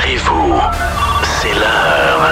Préparez-vous, c'est l'heure.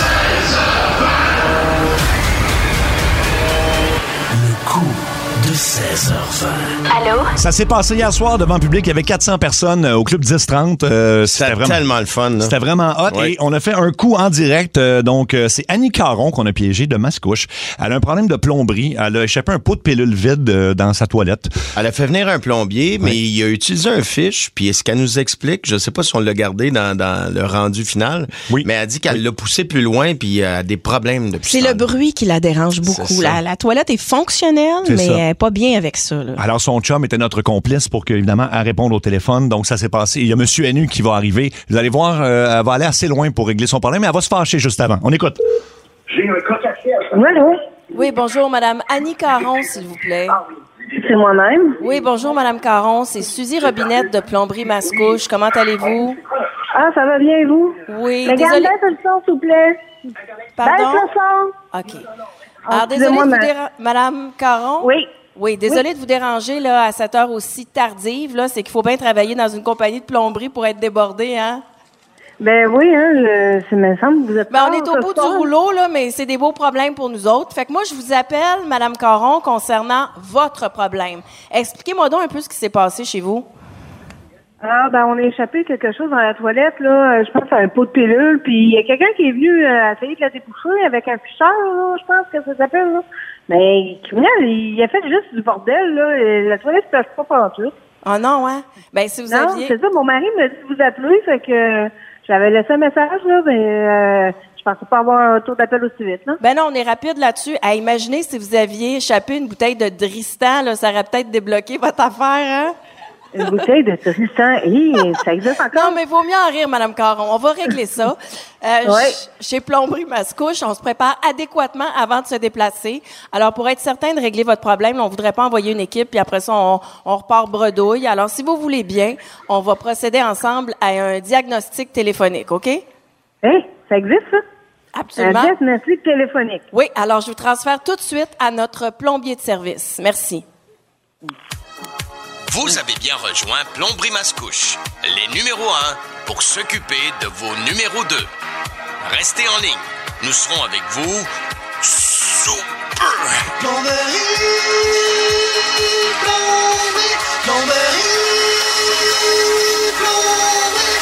Le coup de 16h20. Allô? Ça s'est passé hier soir devant le public. Il y avait 400 personnes au Club 10-30. C'était vraiment tellement le fun. Là. C'était vraiment hot. Oui. Et on a fait un coup en direct. C'est Annie Caron qu'on a piégé de Mascouche. Elle a un problème de plomberie. Elle a échappé un pot de pilule vide dans sa toilette. Elle a fait venir un plombier, mais il a utilisé un fiche. Puis ce qu'elle nous explique, je sais pas si on l'a gardé dans le rendu final, mais elle dit qu'elle l'a poussé plus loin puis elle a des problèmes depuis C'est le bruit qui la dérange beaucoup. La toilette est fonctionnelle, mais elle n'est pas bien avec ça. Là. Alors, son chum était notre complice pour qu'évidemment, elle réponde au téléphone. Donc, ça s'est passé. Il y a M. NU qui va arriver. Vous allez voir, elle va aller assez loin pour régler son problème, mais elle va se fâcher juste avant. On écoute. J'ai un coq à fièvre. Allô? Oui, bonjour, Madame Annie Caron, s'il vous plaît. C'est moi-même. Oui, bonjour, Madame Caron. C'est Suzy Robinette de Plomberie Mascouche. Comment allez-vous? Ah, ça va bien, vous? Oui, Mais désolée. gardez le son, s'il vous plaît. Pardon? Baisse le son. OK. Alors, désolée de vous déranger. Madame Caron? Oui. Oui, désolée de vous déranger là, à cette heure aussi tardive. Là, c'est qu'il faut bien travailler dans une compagnie de plomberie pour être débordé, hein? Ben oui, hein, ça me semble que vous êtes On est au bout du rouleau, là, mais c'est des beaux problèmes pour nous autres. Fait que moi, je vous appelle, Madame Caron, concernant votre problème. Expliquez-moi donc un peu ce qui s'est passé chez vous. Ah, ben on a échappé quelque chose dans la toilette, là. Je pense à un pot de pilule, puis il y a quelqu'un qui est venu essayer de la déboucher avec un ficheur, là, je pense que ça s'appelle, là. Mais il a fait juste du bordel, là. Et la toilette ne passe pas partout. Ah non, hein? Ben, si vous aviez... c'est ça, mon mari m'a dit de vous appeler, fait que j'avais laissé un message, là, mais je pensais pas avoir un taux d'appel aussi vite, là. Ben non, on est rapide là-dessus. À imaginer si vous aviez échappé une bouteille de Dristan, là, ça aurait peut-être débloqué votre affaire, hein? Une bouteille de Tristan, ça existe encore? Non, mais il vaut mieux en rire, Mme Caron. On va régler ça. Chez Plomberie Mascouche, on se prépare adéquatement avant de se déplacer. Alors, pour être certain de régler votre problème, on ne voudrait pas envoyer une équipe, puis après ça, on repart bredouille. Alors, si vous voulez bien, on va procéder ensemble à un diagnostic téléphonique, OK? Ça existe, ça? Absolument. Un diagnostic téléphonique. Oui, alors je vous transfère tout de suite à notre plombier de service. Merci. Vous avez bien rejoint Plomberie Mascouche, les numéros 1 pour s'occuper de vos numéros 2. Restez en ligne. Nous serons avec vous sous peu. Plomberie, plomberie, plomberie, plomberie,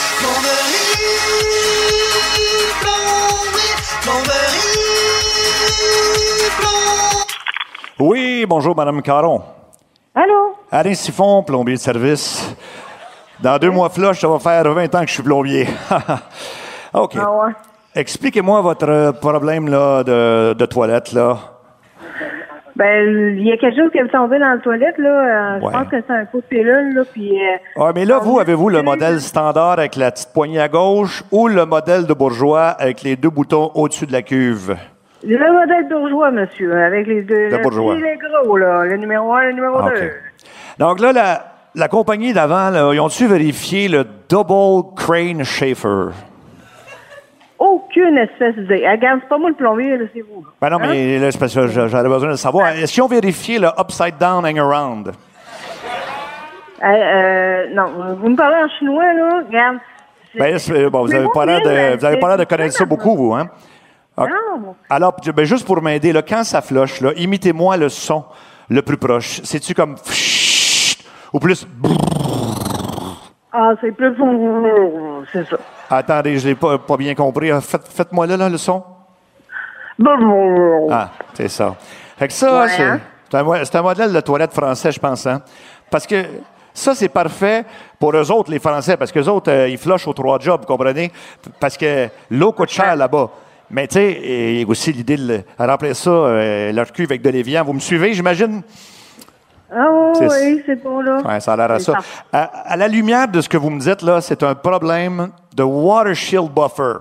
plomberie, plomberie, plomberie, plomberie. Oui, bonjour, Madame Caron. Allô? Alain Siphon, plombier de service. Dans 2 mois flush, ça va faire 20 ans que je suis plombier. OK. Ah ouais. Expliquez-moi votre problème là, de toilette, là. Ben, il y a quelque chose qui est tombé dans la toilette, là. Je pense que c'est un pot de pilule, là, puis... Ouais, mais là, avez-vous le modèle standard avec la petite poignée à gauche ou le modèle de bourgeois avec les 2 boutons au-dessus de la cuve? Le modèle bourgeois, monsieur, avec les 2... Le bourgeois. Les gros, là. Le numéro 1, le numéro 2. Okay. Donc là, la compagnie d'avant, là, ils ont-tu vérifié le Double Crane Schaefer? Aucune espèce d'idée. Regarde, c'est pas moi le plombier, là, c'est vous. Ben non, mais là, c'est parce que j'avais besoin de savoir. Est-ce qu'ils ont vérifié le Upside Down Hang Around? Non, vous me parlez en chinois, là. Regarde. Bon, vous avez pas l'air de connaître ça beaucoup, vous, hein? Okay. Non. Alors, juste pour m'aider, là, quand ça flush, là, imitez-moi le son le plus proche. C'est-tu comme ou plus? Ah, c'est plus... C'est ça. Attendez, je l'ai pas bien compris. Faites-moi là, le son. Ah, c'est ça. Fait que ça, c'est un modèle de toilette français, je pense, hein? Parce que ça, c'est parfait pour eux autres, les Français, parce qu'eux autres, ils flushent aux 3 jobs, vous comprenez? Parce que l'eau coûte cher là-bas. Mais tu sais, il y a aussi l'idée de remplir ça, leur cuve avec de l'évian. Vous me suivez, j'imagine? Ah oui, c'est bon, là. Oui, ça a l'air à ça. À la lumière de ce que vous me dites, là, c'est un problème de Water Shield Buffer.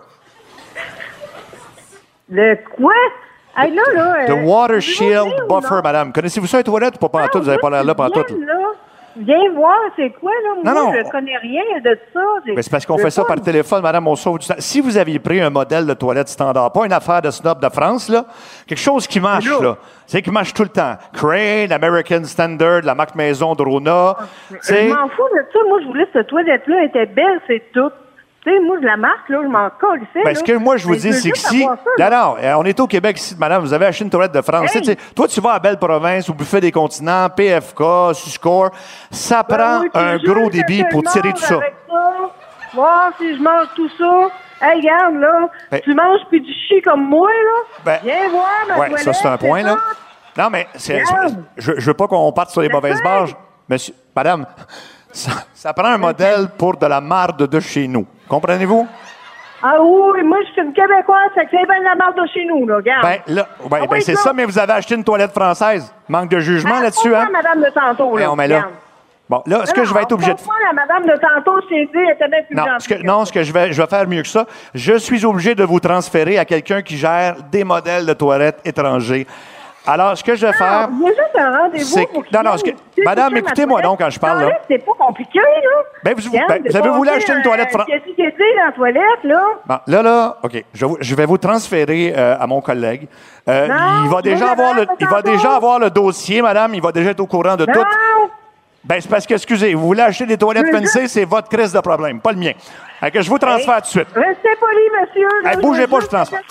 Le quoi? Hey, là, The Water Shield Buffer, madame. Connaissez-vous ça, les toilettes, ou pas pantoute? Vous n'avez pas l'air là pantoute? Viens voir, c'est quoi, là? Non. Je connais rien de ça. Mais c'est parce qu'on fait ça par téléphone, madame, on sauve du temps. Si vous aviez pris un modèle de toilette standard, pas une affaire de snob de France, là, quelque chose qui marche, là. C'est qui marche tout le temps. Crane, American Standard, la marque maison de Rona. Je m'en fous de ça. Moi, je voulais cette toilette-là, elle était belle, c'est tout. Tu sais, moi, je la marque, là, je m'en colissais. Ben, ce que moi, je vous dis, c'est que si... Non, on est au Québec ici, madame, vous avez acheté une toilette de France. Hey. Toi, tu vas à Belle-Province, au Buffet des Continents, PFK, Suscore, ça prend un gros débit pour tirer tout ça. Voir si je mange tout ça. Hey, regarde, là, tu manges puis tu chies comme moi, là. Viens voir ma toilette. Ça, c'est un point, là. Non, mais je veux pas qu'on parte sur les mauvaises barges. Monsieur, madame, ça prend un modèle pour de la marde de chez nous. Comprenez-vous? Ah oui, moi, je suis une Québécoise, ça c'est bien de la marde de chez nous, là, regarde. C'est ça, mais vous avez acheté une toilette française. Manque de jugement là-dessus, hein? Madame de tantôt, là. Bon, là, ce que je vais être obligé de faire... La madame de tantôt, je t'ai dit, elle était bien plus gentille. Je vais faire mieux que ça. Je suis obligé de vous transférer à quelqu'un qui gère des modèles de toilettes étrangers. Alors, ce que je vais faire... Il y a juste un rendez-vous. Madame, écoutez-moi donc quand je parle, là. C'est pas compliqué, là. Ben, vous avez voulu acheter une toilette française. Qu'est-ce dans la toilette, là? Bon, là, OK. Je vais vous transférer à mon collègue. Il va déjà avoir le dossier, madame. Il va déjà être au courant de tout. Ben, c'est parce que, excusez, vous voulez acheter des toilettes fancy, c'est votre crise de problème, pas le mien. Fait que je vous transfère tout de suite. Restez poli, monsieur. Bougez pas, je vous transfère.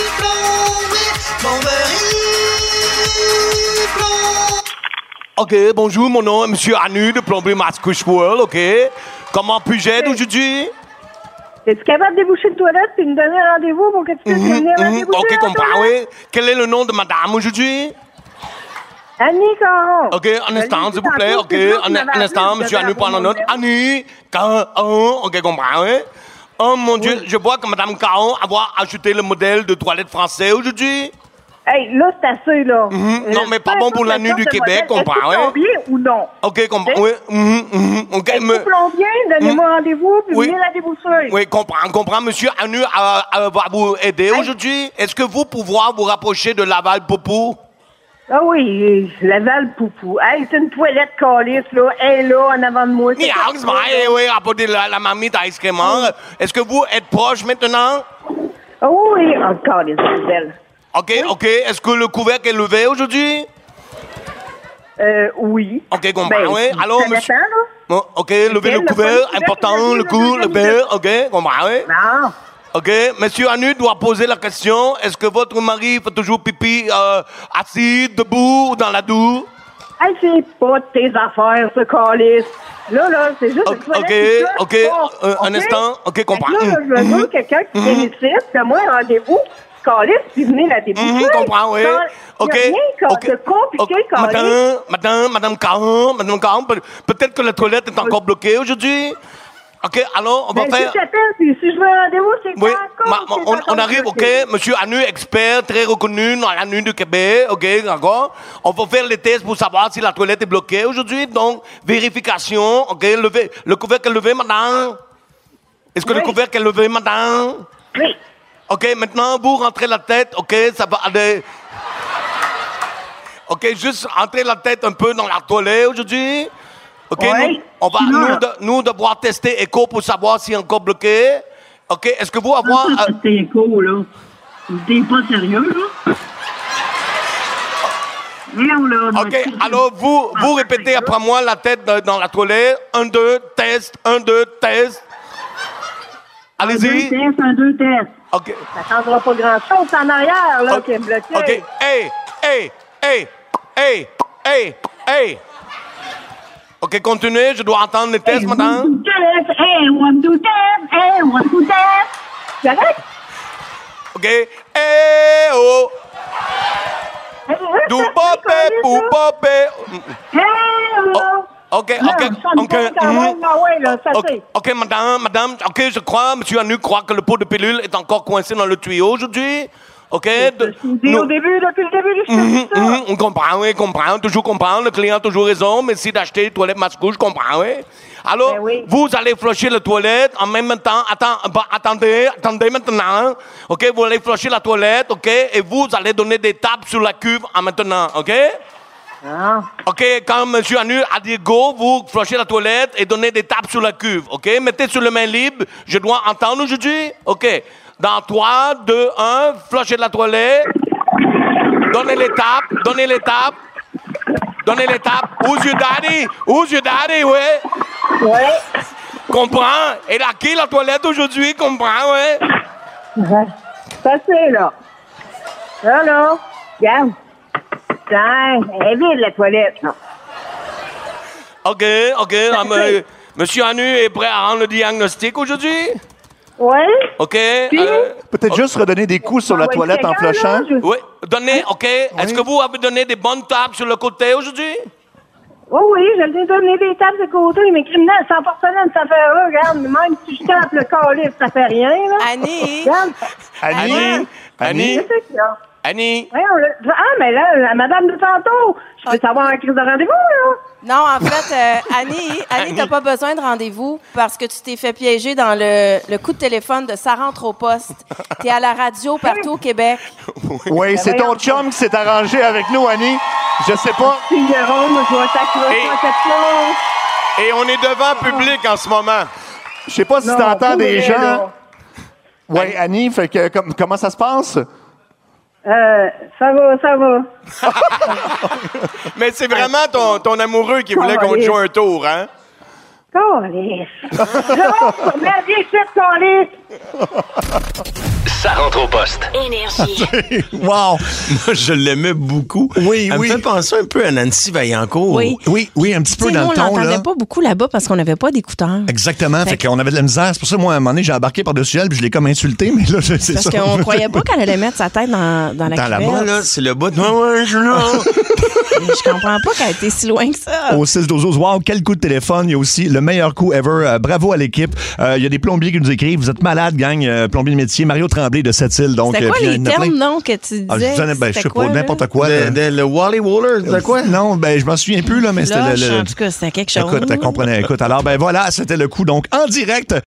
OK, bonjour, mon nom est Monsieur Anu de Plomberie Mascouche World, OK? Comment puis-je aider aujourd'hui? Es-tu capable de déboucher une toilette et me donner un rendez-vous pour que tu puisses venir la déboucher? OK, comprends, oui. Quel est le nom de madame aujourd'hui? Annie Caron. OK, un instant, s'il vous plaît. OK, un instant, monsieur Anu, prends la note. Annie Caron. OK, comprends, oui. Oh, mon Dieu, je vois que madame Caron a acheté le modèle de toilette français aujourd'hui. Hey, là, c'est assez, là. Non, mais pas bon pour la nuit du Québec, comprends, oui. Est-ce que plombier ou non? OK, comprends, oui. OK, est-ce que plombier, donnez-moi rendez-vous, puis venez la déboucher. Oui, comprends. Monsieur Anu va vous aider aujourd'hui. Est-ce que vous pouvez vous rapprocher de Laval-Poupou? Ah oui, Laval-Poupou. Hey, c'est une toilette calice, là. Elle est là, en avant de moi. Oui, rapportez la mamite à excrément. Est-ce que vous êtes proche maintenant? Ah oui, encore les belle. OK. Est-ce que le couvercle est levé aujourd'hui? Oui. OK, comprends, oui. Alors, monsieur... Dépend, OK, levez le couvercle, important, le cou, le verre. OK, comprends, oui. Non. OK, monsieur Anu doit poser la question. Est-ce que votre mari fait toujours pipi assis, debout ou dans la douche? Hey, c'est pas tes affaires, ce calice. Là, c'est juste une toilette. OK, un instant. OK, comprends. Là, je veux quelqu'un qui vient ici, donne-moi un rendez-vous, calice, puis venez la déboucher. Comprends, oui. OK. C'est compliqué, calice. Madame Caron, peut-être que la toilette est encore bloquée aujourd'hui. OK, alors, on va faire... Si je veux un rendez-vous, c'est quoi? On arrive, OK, monsieur Anu, expert, très reconnu dans la nuit du Québec, OK, d'accord? On va faire les tests pour savoir si la toilette est bloquée aujourd'hui, donc, vérification, OK, le couvercle est levé, madame? Est-ce que le couvercle est levé, madame? Oui. OK, maintenant, vous rentrez la tête, OK, ça va aller... OK, juste rentrer la tête un peu dans la toilette aujourd'hui. OK, on va nous devoir tester Echo pour savoir si est encore bloqué. OK, est-ce que vous avoir... Tester Echo, là. T'es pas sérieux, là? OK, alors vous répétez après moi la tête dans la toilette. 1, 2, test. 1, 2, test. Allez-y. 1, 2, test. OK. Ça changera pas grand-chose en arrière, là, qui est bloqué. OK, hey. OK, continuez, je dois entendre les tests, madame. One, two, test. Correct? OK. Oh. Du popé, pou popé. OK, madame, OK, je crois, monsieur Anu croit que le pot de pilule est encore coincé dans le tuyau aujourd'hui. OK? Depuis le début, on comprend, toujours comprendre. Le client a toujours raison. Merci d'acheter les toilettes Mascouche, je comprends, oui. Alors, vous allez flusher la toilette en même temps. Attendez maintenant. OK? Vous allez flusher la toilette, OK? Et vous allez donner des tapes sur la cuve en maintenant, OK? OK, quand M. Anu a dit go, vous flushez la toilette et donnez des tapes sur la cuve, OK? Mettez sur les mains libres. Je dois entendre aujourd'hui? OK. Dans 3, 2, 1, flushez la toilette. Donnez les tapes. Who's your daddy? Ouais. Comprends? Elle a qui la toilette aujourd'hui? Comprends, ouais? Facile, là. Là. Regarde. Tiens, elle est vide, la toilette, là. OK. Monsieur Anu est prêt à rendre le diagnostic aujourd'hui? Oui. OK. Peut-être juste redonner des coups sur la toilette en flushant. Oui, donnez, OK. Est-ce que vous avez donné des bonnes tables sur le côté aujourd'hui? Oui, je lui ai donné des tables de côté, mais criminels, sans porcelaine, cette affaire-là, regarde, même si je tape le calice, ça fait rien, là. Annie! Regarde. Annie? Annie? Mais là, la madame de tantôt, je peux savoir un crise de rendez-vous, là. Non, en fait, Annie, t'as pas besoin de rendez-vous parce que tu t'es fait piéger dans le coup de téléphone de Ça rentre au poste. T'es à la radio partout au Québec. Oui, c'est ton chum qui s'est arrangé avec nous, Annie. Je sais pas. Puis Jérôme, je vais t'accrocher à cette chose. Et on est devant public en ce moment. Je sais pas si t'entends des gens. Oui, Annie, fait que comment ça se passe? Ça va. Mais c'est vraiment ton amoureux qui voulait qu'on te joue un tour, hein? Calice. Jérôme, mets bien cette calice. Ça rentre au poste. Énergie. Wow! Moi, je l'aimais beaucoup. Oui, Elle me fait penser un peu à Nancy Vaillancourt. Oui, un petit peu Nous, dans on le ton, l'entendait là. pas beaucoup là-bas parce qu'on n'avait pas d'écouteurs. Exactement. Fait qu'on avait de la misère. C'est pour ça, moi, à un moment donné, j'ai embarqué par-dessus elle puis je l'ai comme insulté, mais là, c'est Parce ça. qu'on croyait pas qu'elle allait mettre sa tête dans la Dans la cuvette. Moi, là, c'est le bout de... Ouais, je suis là. Je comprends pas qu'elle était si loin que ça. Au 6-12-12, wow, quel coup de téléphone. Il y a aussi le meilleur coup ever. Bravo à l'équipe. Il y a des plombiers qui nous écrivent. Vous êtes malades, gang. Plombier de métier. Mario Tremblay de Sept-Îles. Donc, C'était quoi puis il y les en a plein. termes, non, que tu disais? Je sais pas, n'importe quoi. Le Wally Waller, c'est quoi? Non, je m'en souviens plus, là, mais c'était En tout cas, c'était quelque chose. Écoute, comprenez. Écoute, alors, voilà, c'était le coup. Donc, en direct